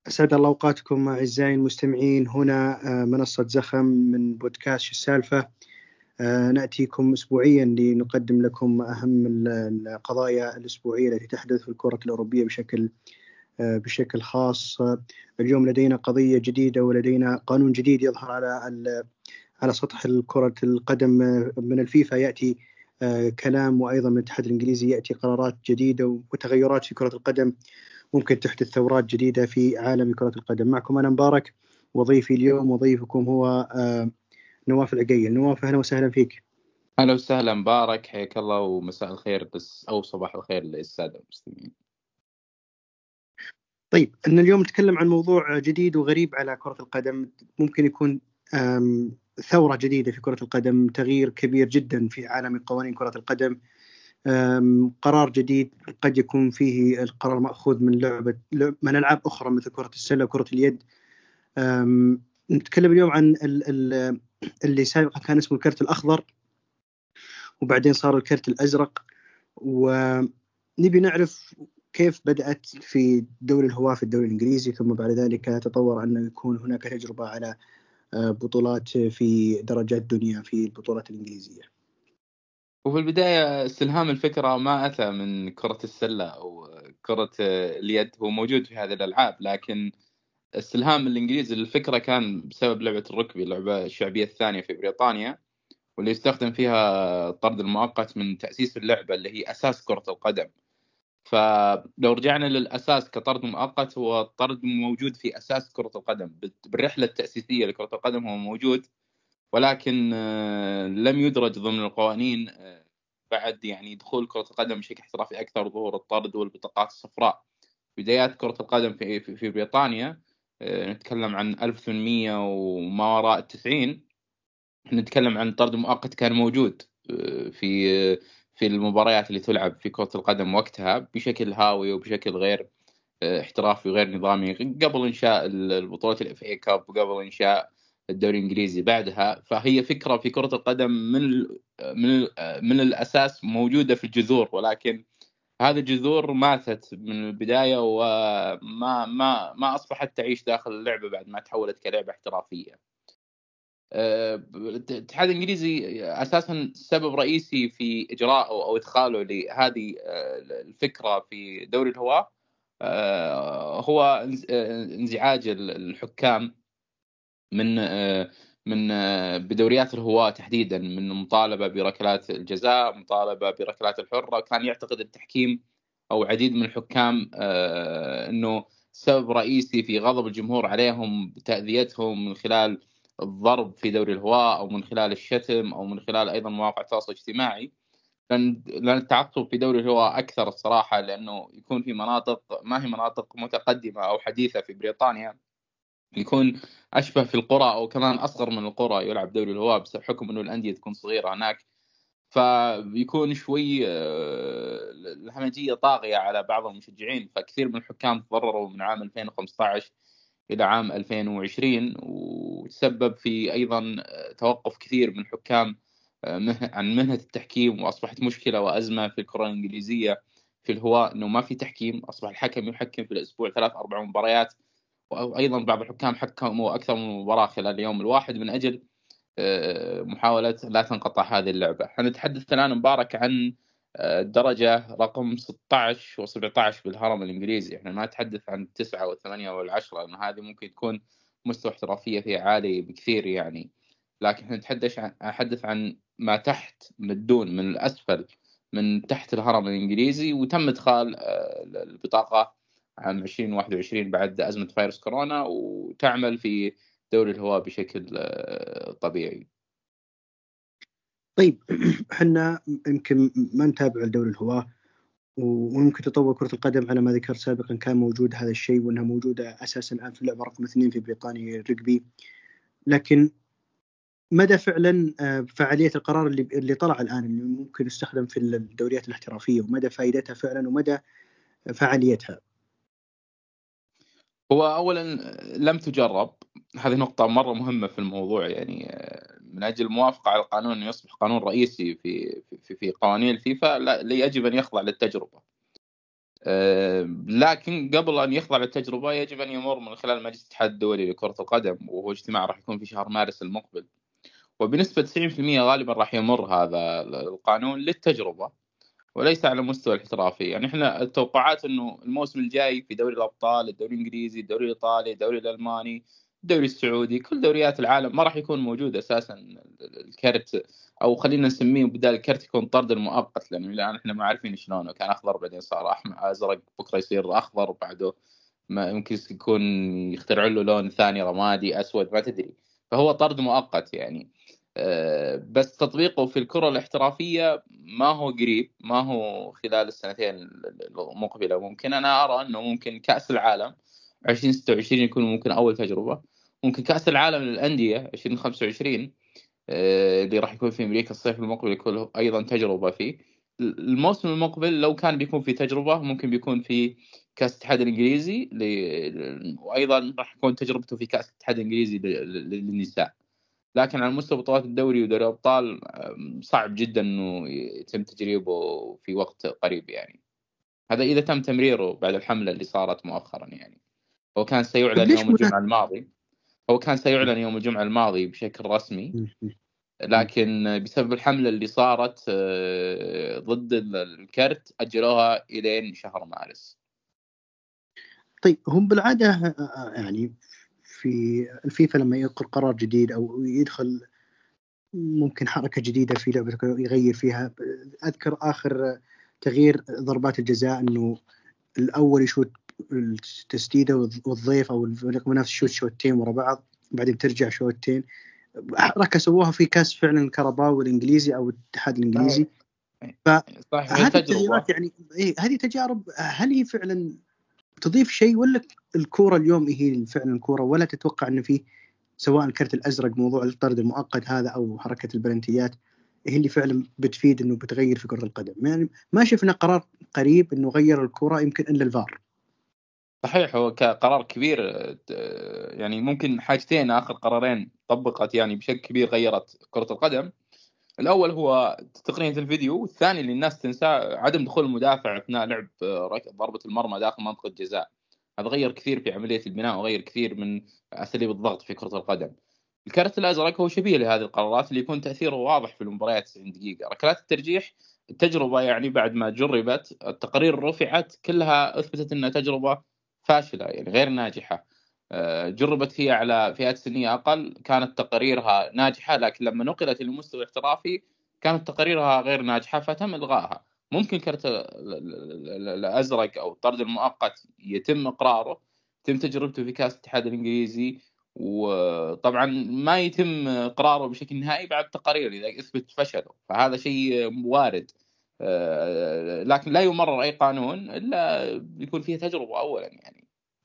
أسعد الله أوقاتكم أعزائي المستمعين. هنا منصة زخم من بودكاست شو السالفة. نأتيكم أسبوعيا لنقدم لكم أهم القضايا الأسبوعية التي تحدث في الكرة الأوروبية بشكل خاص. اليوم لدينا قضية جديدة ولدينا قانون جديد يظهر على سطح كرة القدم من الفيفا. يأتي كلام، وأيضا من الاتحاد الإنجليزي يأتي قرارات جديدة وتغيرات في كرة القدم. ممكن تحدث ثورات جديدة في عالم كرة القدم. معكم أنا مبارك، وضيفي اليوم وضيفكم هو نواف العقيل. نواف، أهلا وسهلا فيك. أهلا وسهلا مبارك، حياك الله ومساء الخير أو صباح الخير للسادة المستمعين. طيب، أن اليوم نتكلم عن موضوع جديد وغريب على كرة القدم. ممكن يكون ثورة جديدة في كرة القدم، تغيير كبير جدا في عالم قوانين كرة القدم. قرار جديد قد يكون فيه القرار مأخوذ من ألعاب أخرى مثل كرة السلة وكرة اليد. نتكلم اليوم عن اللي سابقا كان اسمه الكرت الأخضر، وبعدين صار الكرت الأزرق. ونبي نعرف كيف بدأت في دوري الهواة في الدوري الإنجليزي، ثم بعد ذلك تطور أن يكون هناك تجربة على بطولات في درجات دنيا في البطولات الإنجليزية. وفي البداية استلهام الفكرة ما أتى من كرة السلة أو كرة اليد، هو موجود في هذه الألعاب، لكن استلهام الإنجليز للفكرة كان بسبب لعبة الركبي، اللعبة الشعبية الثانية في بريطانيا، واللي يستخدم فيها الطرد المؤقت من تأسيس اللعبة اللي هي أساس كرة القدم. فلو رجعنا للأساس كطرد مؤقت، هو الطرد موجود في أساس كرة القدم بالرحلة التأسيسية لكرة القدم، هو موجود، ولكن لم يدرج ضمن القوانين بعد يعني دخول كرة القدم بشكل احترافي أكثر، ظهور الطرد والبطاقات الصفراء. بدايات كرة القدم في بريطانيا، نتكلم عن 1800 وما وراء 90، نتكلم عن طرد مؤقت كان موجود في المباريات اللي تلعب في كرة القدم وقتها بشكل هاوي وبشكل غير احترافي وغير نظامي، قبل إنشاء البطولة الإف إيه كاب وقبل إنشاء الدوري الإنجليزي بعدها. فهي فكرة في كرة القدم من الأساس موجودة في الجذور، ولكن هذه الجذور ماتت من البداية وما ما أصبحت تعيش داخل اللعبة بعد ما تحولت كلعبة احترافية. الاتحاد الإنجليزي أساسا سبب رئيسي في إجراء أو إدخاله لهذه الفكرة في دوري الهواة هو انزعاج الحكام من بدوريات الهواة تحديدا، من مطالبة بركلات الجزاء، مطالبة بركلات الحرة. وكان يعتقد التحكيم أو عديد من الحكام أنه سبب رئيسي في غضب الجمهور عليهم بتأذيتهم من خلال الضرب في دوري الهواة، أو من خلال الشتم، أو من خلال أيضا مواقع التواصل الاجتماعي. لأن التعصب في دوري الهواة أكثر الصراحة، لأنه يكون في مناطق ما هي مناطق متقدمة أو حديثة في بريطانيا، يكون أشبه في القرى أو كمان أصغر من القرى يلعب دوري الهواة، بسبب حكم أنه الأندية تكون صغيرة هناك. فيكون شوي الهمجية طاغية على بعض المشجعين، فكثير من الحكام تضرروا من عام 2015 إلى عام 2020، وتسبب في أيضا توقف كثير من الحكام عن مهنة التحكيم. وأصبحت مشكلة وأزمة في الكرة الإنجليزية في الهواء، أنه ما في تحكيم. أصبح الحكم يحكم في الأسبوع 3-4 مباريات، وأيضا بعض الحكام حكموا أكثر من مباراة خلال اليوم الواحد من أجل محاولة لا تنقطع هذه اللعبة. حنتحدث الآن مبارك عن الدرجة رقم 16 و17 بالهرم الإنجليزي. احنا ما نتحدث عن 9 و8 و10، لأن هذه ممكن تكون مستوى احترافية فيها عالي بكثير يعني. لكن نتحدث عن ما تحت، من الدون، من الأسفل، من تحت الهرم الإنجليزي. وتم إدخال البطاقة عام 2021 بعد أزمة فيروس كورونا، وتعمل في دوري الهواء بشكل طبيعي. طيب، احنا يمكن ما نتابع دوري الهواة، وممكن تطور كرة القدم على ما ذكرت سابقا كان موجود هذا الشيء، وأنها موجودة أساسا الآن في اللعبة رقم 2 في بريطانيا الرجبي. لكن مدى فعلا فعالية القرار اللي طلع الآن، اللي ممكن يستخدم في الدوريات الاحترافية، ومدى فائدتها فعلا ومدى فعاليتها؟ هو أولا لم تجرب، هذه نقطة مرة مهمة في الموضوع يعني. من أجل الموافقة على القانون أن يصبح قانون رئيسي في قوانين الفيفا، لا يجب أن يخضع للتجربة. لكن قبل أن يخضع للتجربة يجب أن يمر من خلال مجلس الاتحاد الدولي لكرة القدم، وهو اجتماع راح يكون في شهر مارس المقبل، وبنسبة 90% غالبا راح يمر هذا القانون للتجربة وليس على مستوى الاحترافي. يعني احنا التوقعات انه الموسم الجاي في دوري الابطال، الدوري الانجليزي، الدوري الايطالي، الدوري الالماني، الدوري السعودي، كل دوريات العالم ما راح يكون موجود اساسا الكرت، او خلينا نسميه بدال الكرت يكون طرد المؤقت، لانه الان احنا ما عارفين شلونه، كان اخضر بعدين صار احمر ازرق، بكره يصير اخضر بعده ما يمكن يكون يخترعوا له لون ثاني رمادي اسود ما تدري، فهو طرد مؤقت يعني. بس تطبيقه في الكرة الاحترافية ما هو قريب، ما هو خلال السنتين المقبلة. ممكن أنا أرى أنه ممكن كأس العالم 2026 يكون ممكن أول تجربة، ممكن كأس العالم للأندية 2025 اللي راح يكون في أمريكا الصيف المقبل يكون أيضا تجربة فيه. الموسم المقبل لو كان بيكون في تجربة ممكن بيكون في كأس الاتحاد الإنجليزي وأيضا راح يكون تجربته في كأس الاتحاد الإنجليزي للنساء. لكن على مستوى بطولات الدوري ودوري الأبطال صعب جدا إنه يتم تجريبه في وقت قريب يعني. هذا إذا تم تمريره بعد الحملة اللي صارت مؤخرا يعني. هو كان سيعلن يوم الجمعة الماضي، بشكل رسمي، لكن بسبب الحملة اللي صارت ضد الكرت أجلوها إلى شهر مارس. طيب هم بالعادة يعني في الفيفا لما ينقل قرار جديد أو يدخل ممكن حركة جديدة في لعبة يغير فيها، أذكر آخر تغيير ضربات الجزاء أنه الأول يشوت التسديدة والضيف أو الفريق المنافس يشوت شوتين ورا بعض بعدين ترجع شوتين. حركة سووها في كاس فعلا الكاراباو الإنجليزي أو الاتحاد الإنجليزي. فهذه التغييرات يعني هذه تجارب، هل هي فعلا تضيف شيء ولا الكورة اليوم هي فعلا الكورة، ولا تتوقع أن فيه سواء الكرت الأزرق موضوع الطرد المؤقت هذا أو حركة البلنتيات هي اللي فعلا بتفيد إنه بتغير في كرة القدم؟ يعني ما شفنا قرار قريب إنه غير الكرة يمكن إلا الفار. صحيح، هو كقرار كبير يعني. ممكن حاجتين آخر قرارين طبقت يعني بشكل كبير غيرت كرة القدم. الأول هو تقنية الفيديو، والثاني اللي الناس تنساه عدم دخول المدافع أثناء لعب ضربة المرمى داخل منطقة الجزاء. هذا غير كثير في عملية البناء وغير كثير من أساليب الضغط في كرة القدم. الكرت الأزرق هو شبيه لهذه القرارات اللي يكون تأثيره واضح في المباريات 90 دقيقة. ركلات الترجيح التجربة يعني بعد ما جربت التقارير رفعت كلها أثبتت أنها تجربة فاشلة يعني غير ناجحة. جربت هي على فئات سنية أقل كانت تقاريرها ناجحة، لكن لما نقلت للمستوى الاحترافي كانت تقاريرها غير ناجحة فتم إلغائها. ممكن كرت الأزرق أو الطرد المؤقت يتم إقراره، يتم تجربته في كأس الاتحاد الإنجليزي، وطبعا ما يتم إقراره بشكل نهائي بعد تقارير إذا أثبت فشله، فهذا شيء وارد. لكن لا يمرر أي قانون إلا يكون فيه تجربة أولا يعني.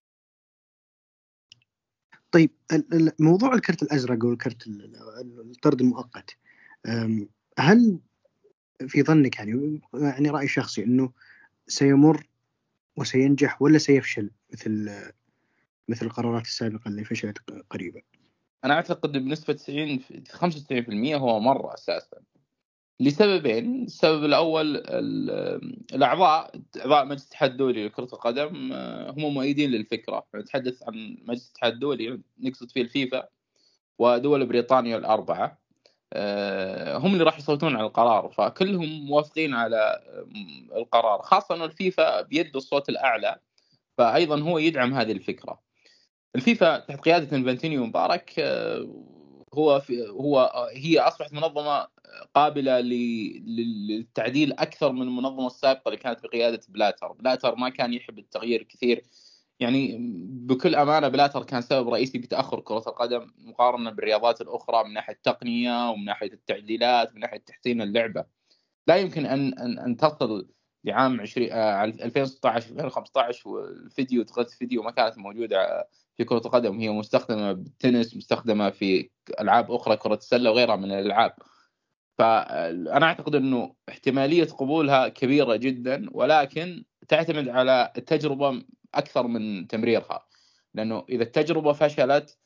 طيب موضوع الكرت الأزرق والكرت الطرد المؤقت، هل في ظنك يعني رأي شخصي أنه سيمر وسينجح ولا سيفشل مثل القرارات السابقة اللي فشلت قريبا؟ أنا أعتقد بنسبة 95% هو مرة أساسا، لسببين. السبب الأول أعضاء مجلس الاتحاد الدولي لكرة القدم هم مؤيدين للفكرة. نتحدث عن مجلس الاتحاد الدولي نقصد فيه الفيفا ودول بريطانيا الأربعة، هم اللي راح يصوتون على القرار، فكلهم موافقين على القرار، خاصة أن الفيفا بيد الصوت الأعلى، فأيضا هو يدعم هذه الفكرة. الفيفا تحت قيادة إنفانتينيو مبارك هي أصبحت منظمة قابلة للتعديل أكثر من المنظمة السابقة اللي كانت بقيادة بلاتر ما كان يحب التغيير كثير يعني. بكل أمانة بلاتر كان سبب رئيسي بتأخر كرة القدم مقارنة بالرياضات الأخرى من ناحية التقنية ومن ناحية التعديلات ومن ناحية تحسين اللعبة. لا يمكن أن تصل لعام 2016 2015 والفيديو تقنية الفيديو ما كانت موجودة في كرة القدم، هي مستخدمة بالتنس، مستخدمة في ألعاب أخرى كرة السلة وغيرها من الألعاب. فأنا أعتقد أنه احتمالية قبولها كبيرة جدا، ولكن تعتمد على التجربة أكثر من تمريرها، لأنه إذا التجربة فشلت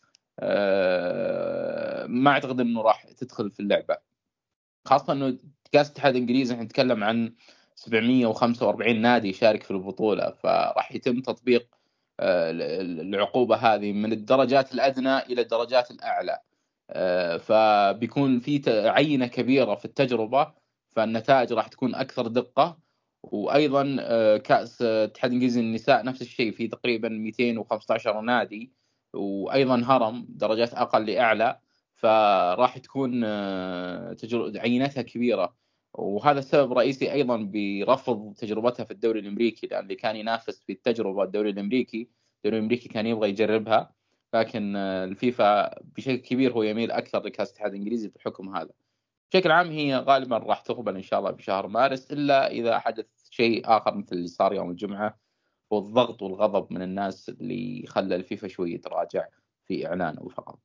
ما أعتقد أنه راح تدخل في اللعبة، خاصة أنه كأس الاتحاد الإنجليزي نتكلم عن 745 نادي يشارك في البطولة، فراح يتم تطبيق العقوبة هذه من الدرجات الأدنى إلى الدرجات الأعلى. فبيكون في عينة كبيرة في التجربة، فالنتائج راح تكون أكثر دقة. وأيضا كأس اتحاد إنجليزي النساء نفس الشيء، في تقريبا 215 نادي، وأيضا هرم درجات أقل لأعلى، فراح تكون عينتها كبيرة. وهذا السبب رئيسي أيضا برفض تجربتها في الدوري الأمريكي، لأن اللي كان ينافس في التجربة الدوري الأمريكي كان يبغى يجربها، لكن الفيفا بشكل كبير هو يميل أكثر لكأس الاتحاد الإنجليزي بحكم هذا. بشكل عام هي غالبا راح تقبل إن شاء الله بشهر مارس، إلا إذا حدث شيء آخر مثل اللي صار يوم الجمعة، والضغط والغضب من الناس اللي خلى الفيفا شوي يتراجع في إعلانه فقط.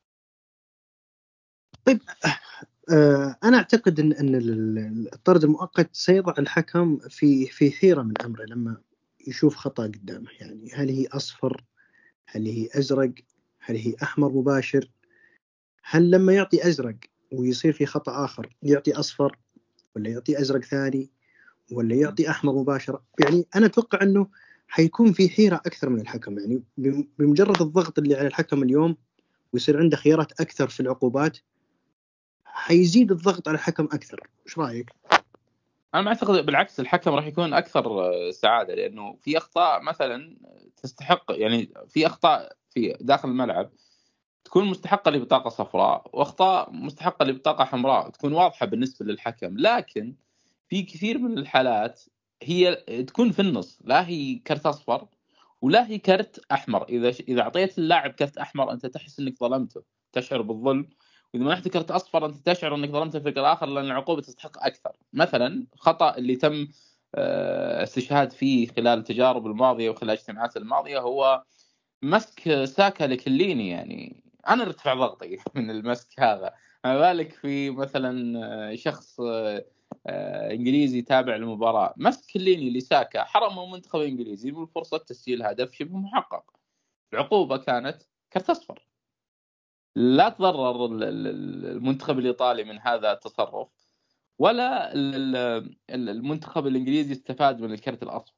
طيب أنا أعتقد أن الطرد المؤقت سيضع الحكم في حيرة من أمره لما يشوف خطأ قدامه. يعني هل هي أصفر؟ هل هي أزرق؟ هل هي أحمر مباشر؟ هل لما يعطي أزرق ويصير في خطأ آخر يعطي أصفر، ولا يعطي أزرق ثاني، ولا يعطي أحمر مباشرة؟ يعني أنا أتوقع أنه حيكون في حيرة أكثر من الحكم. يعني بمجرد الضغط اللي على الحكم اليوم ويصير عنده خيارات أكثر في العقوبات، حيزيد الضغط على الحكم أكثر. إيش رأيك؟ أنا ما أعتقد، بالعكس الحكم راح يكون أكثر سعادة، لأنه في أخطاء مثلا تستحق، يعني في أخطاء في داخل الملعب تكون مستحقة لبطاقة صفراء، وأخطاء مستحقة لبطاقة حمراء تكون واضحة بالنسبة للحكم. لكن في كثير من الحالات هي تكون في النص، لا هي كرت أصفر ولا هي كرت أحمر. إذا أعطيت اللاعب كرت أحمر أنت تحس أنك ظلمته، تشعر بالظلم. وإذا منحت كرت أصفر أنت تشعر أنك ظلمت الفريق الآخر، لأن العقوبة تستحق أكثر. مثلا خطأ اللي تم استشهاد فيه خلال التجارب الماضية وخلال الاجتماعات الماضية هو مسك ساكا لكليني. يعني أنا ارتفع ضغطي من المسك هذا، ما بالك في مثلا شخص إنجليزي تابع المباراة. مسك كليني لساكا حرمه المنتخب الإنجليزي من فرصة تسجيل هدف شبه محقق. العقوبة كانت كرت أصفر. لا تضرر المنتخب الإيطالي من هذا التصرف، ولا المنتخب الإنجليزي استفاد من الكرت الأصفر.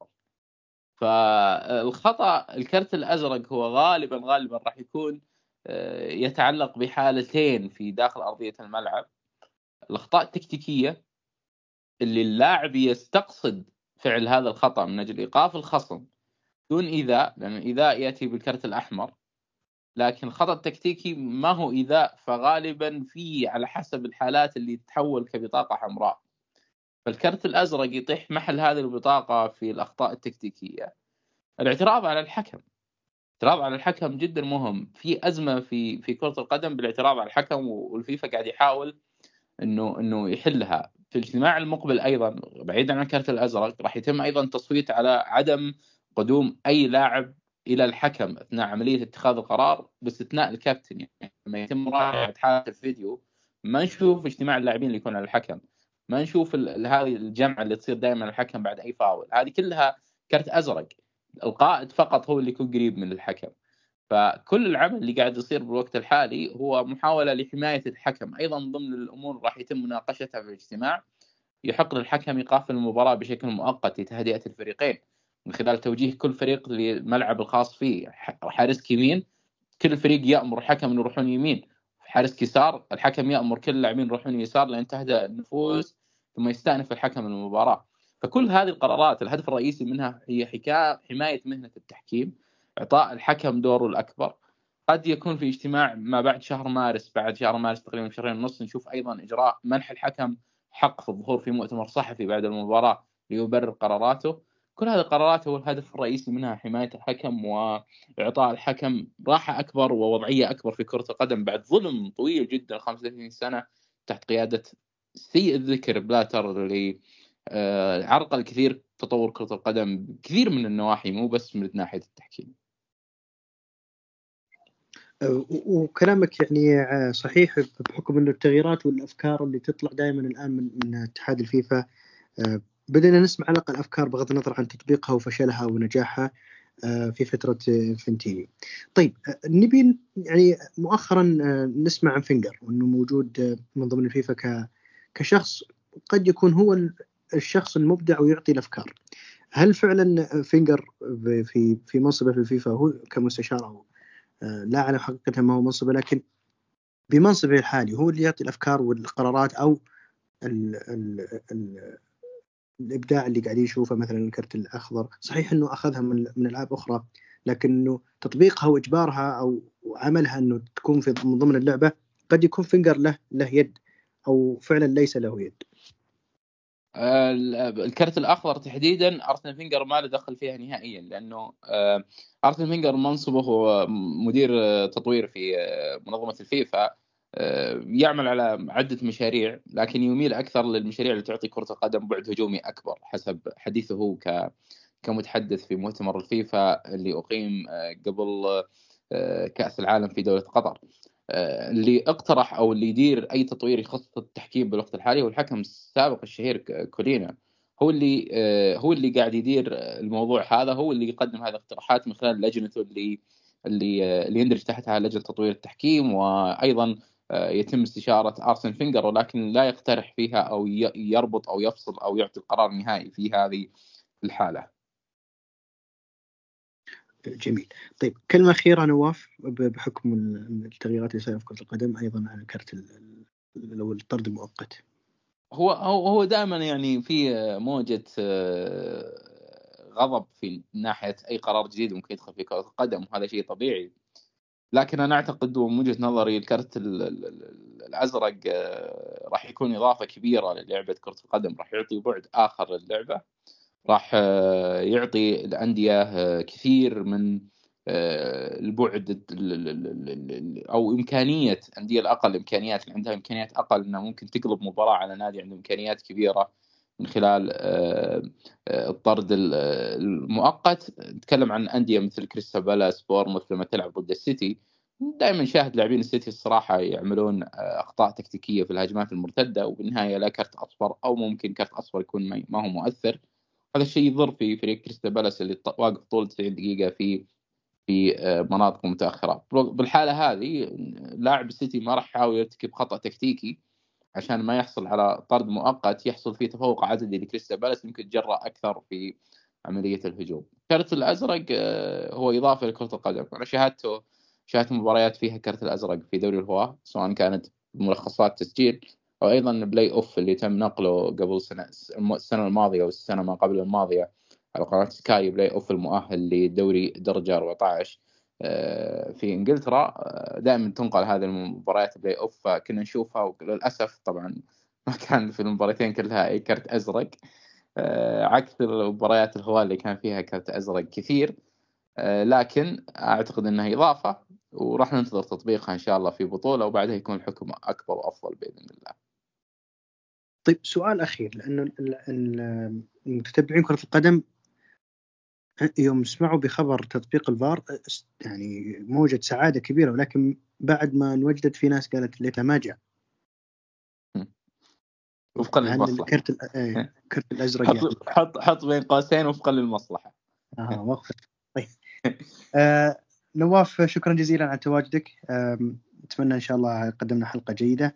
فالخطأ الكرت الأزرق هو غالبا راح يكون يتعلق بحالتين في داخل أرضية الملعب: الأخطاء التكتيكية اللي اللاعب يستقصد فعل هذا الخطأ من أجل إيقاف الخصم دون إيذاء، لأن الإيذاء يأتي بالكرت الأحمر، لكن الخطأ التكتيكي ما هو إيذاء، فغالبا فيه على حسب الحالات اللي تتحول كبطاقة حمراء. فالكرت الأزرق يطيح محل هذه البطاقة في الأخطاء التكتيكية. الاعتراض على الحكم جدا مهم. في أزمة في كرة القدم بالاعتراض على الحكم، والفيفا قاعد يحاول إنه يحلها. في الاجتماع المقبل أيضا بعيدا عن الكرت الأزرق راح يتم أيضا تصويت على عدم قدوم أي لاعب إلى الحكم أثناء عملية اتخاذ القرار باستثناء الكابتن. يعني لما يتم مراجعة حالة الفيديو ما نشوف اجتماع اللاعبين اللي يكون على الحكم، ما نشوف هذه الجمعة اللي تصير دائما الحكم بعد أي فاول. هذه كلها كرت أزرق. القائد فقط هو اللي يكون قريب من الحكم. فكل العمل اللي قاعد يصير بالوقت الحالي هو محاولة لحماية الحكم. أيضا ضمن الأمور راح يتم مناقشتها في الاجتماع يحق للحكم إيقاف المباراة بشكل مؤقت لتهدئة الفريقين من خلال توجيه كل فريق للملعب الخاص فيه. حارس يمين كل فريق يأمر الحكم أن يروحون يمين، حارس يسار الحكم يأمر كل اللاعبين يروحون يسار لأن تهدأ النفوس ثم يستأنف الحكم المباراة. فكل هذه القرارات الهدف الرئيسي منها هي حماية مهنة التحكيم، إعطاء الحكم دوره الأكبر. قد يكون في اجتماع ما بعد شهر مارس، تقريبا شهرين ونص، نشوف أيضا إجراء منح الحكم حق في الظهور في مؤتمر صحفي بعد المباراة ليبرر قراراته. كل هذه القرارات هو الهدف الرئيسي منها حماية الحكم وإعطاء الحكم راحة أكبر ووضعية أكبر في كرة القدم بعد ظلم طويل جدا 35 سنة تحت قيادة سيء الذكر بلاتر اللي عرقل كثير تطور كرة القدم بكثير من النواحي، مو بس من ناحية التحكيم. وكلامك يعني صحيح، بحكم أن التغييرات والأفكار اللي تطلع دائما الآن من اتحاد الفيفا بدنا نسمع على الأقل أفكار بغض النظر عن تطبيقها وفشلها ونجاحها في فترة فنتيني. طيب نبي يعني مؤخرا نسمع عن فينجر وأنه موجود من ضمن الفيفا كشخص قد يكون هو الشخص المبدع ويعطي الافكار. هل فعلا فينجر في منصبه في الفيفا هو كمستشار او لا اعلم حقيقه ما هو منصبه، لكن بمنصبه الحالي هو اللي يعطي الافكار والقرارات او ال ال ال الابداع اللي قاعدين نشوفه؟ مثلا الكرت الاخضر صحيح انه اخذها من العاب اخرى، لكنه تطبيقها واجبارها او عملها انه تكون من ضمن اللعبه قد يكون فينجر له يد او فعلا ليس له يد. الكرت الاخضر تحديدا ارسن فينجر ما له دخل فيها نهائيا، لانه ارسن فينجر منصبه هو مدير تطوير في منظمه الفيفا، يعمل على عده مشاريع، لكن يميل اكثر للمشاريع اللي تعطي كره القدم بعد هجومي اكبر حسب حديثه هو كمتحدث في مؤتمر الفيفا اللي اقيم قبل كأس العالم في دولة قطر. اللي اقترح او اللي يدير اي تطوير يخص التحكيم بالوقت الحالي هو الحكم السابق الشهير كولينا، هو اللي قاعد يدير الموضوع هذا، هو اللي يقدم هذه الاقتراحات من خلال لجنته اللي يندرج تحتها لجنة تطوير التحكيم، وايضا يتم استشارة أرسن فينجر، ولكن لا يقترح فيها او يربط او يفصل او يعطي القرار النهائي في هذه الحالة. جميل. طيب كلمة أخيرة نواف بحكم التغييرات اللي صايرة في كرة القدم أيضا على الكرت لو الطرد المؤقت. هو دائما يعني في موجة غضب في ناحية أي قرار جديد ممكن يدخل في كرة القدم، وهذا شيء طبيعي، لكن أنا أعتقد ومن وجهة نظري الكرت الأزرق راح يكون إضافة كبيرة للعبة كرة القدم، راح يعطي بعد آخر للعبة، راح يعطي الأندية كثير من البعد أو إمكانية أندية الأقل إمكانيات اللي عندها إمكانيات أقل أنها ممكن تقلب مباراة على نادي عنده إمكانيات كبيرة من خلال الطرد المؤقت. نتكلم عن أندية مثل كريستال بالاس، بورنموث لما تلعب ضد السيتي، دائما شاهد لاعبين السيتي الصراحة يعملون أخطاء تكتيكية في الهجمات المرتدة، وبالنهاية لا كرت أصفر أو ممكن كرت أصفر يكون ما هو مؤثر. هذا الشيء يضر في فريق كريستال بالاس اللي واقف طول 90 دقيقة في مناطق متأخرة. بالحالة هذه لاعب السيتي ما راح يحاول يرتكب خطأ تكتيكي عشان ما يحصل على طرد مؤقت يحصل فيه تفوق عددي لكريستال بالاس، يمكن يتجرأ أكثر في عملية الهجوم. الكرت الأزرق هو إضافة لكرة القدم. أنا شاهدت مباريات فيها كرت الأزرق في دوري الهواة، سواء كانت ملخصات تسجيل أو أيضا بلاي أوف اللي تم نقله قبل السنة الماضية أو السنة ما قبل الماضية على قناة سكاي، بلاي أوف المؤهل لدوري درجة 14 في إنجلترا. دائما تنقل هذه المباريات بلاي أوف، كنا نشوفها، وللأسف طبعا ما كان في المباراتين كلها أي كرت أزرق، عكس المباريات الهواة اللي كان فيها كرت أزرق كثير. لكن أعتقد أنها إضافة، وراح ننتظر تطبيقها إن شاء الله في بطولة، وبعدها يكون الحكم أكبر وأفضل بإذن الله. طيب سؤال أخير، لأنه المتتبعين كرة القدم يوم سمعوا بخبر تطبيق الفار يعني موجة سعادة كبيرة، ولكن بعد ما نوجدت في ناس قالت ليته ما جاء. وفقا للمصلحة. الكرت الأزرق يعني حط بين قوسين وفقا للمصلحة. وقفت. طيب نواف شكرا جزيلا على تواجدك. نتمنى إن شاء الله قدمنا حلقة جيدة.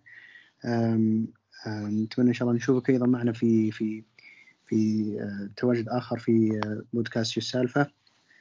نتمنى إن شاء الله نشوفك أيضا معنا في تواجد آخر في بودكاست شو السالفة.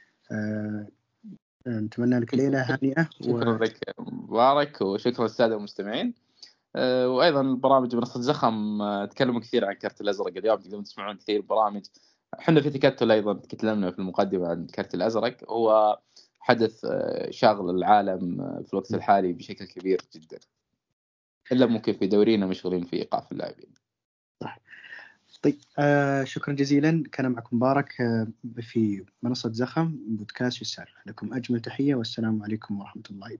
نتمنى لك ليلة هانئة. شكرا لك مبارك، وشكرا للسادة المستمعين. وأيضا برامج منصة زخم تكلموا كثير عن كرت الأزرق اليوم، تقدرون تسمعون كثير برامج. احنا في تكتل أيضا تكلمنا في المقدمة عن كرت الأزرق، هو حدث شاغل العالم في الوقت الحالي بشكل كبير جدا، إلا ممكن في دورينا مشغولين في إيقاف اللاعبين. صح. طيب شكرا جزيلا، كان معكم مبارك في منصة زخم بودكاست السالفة. لكم أجمل تحية والسلام عليكم ورحمة الله.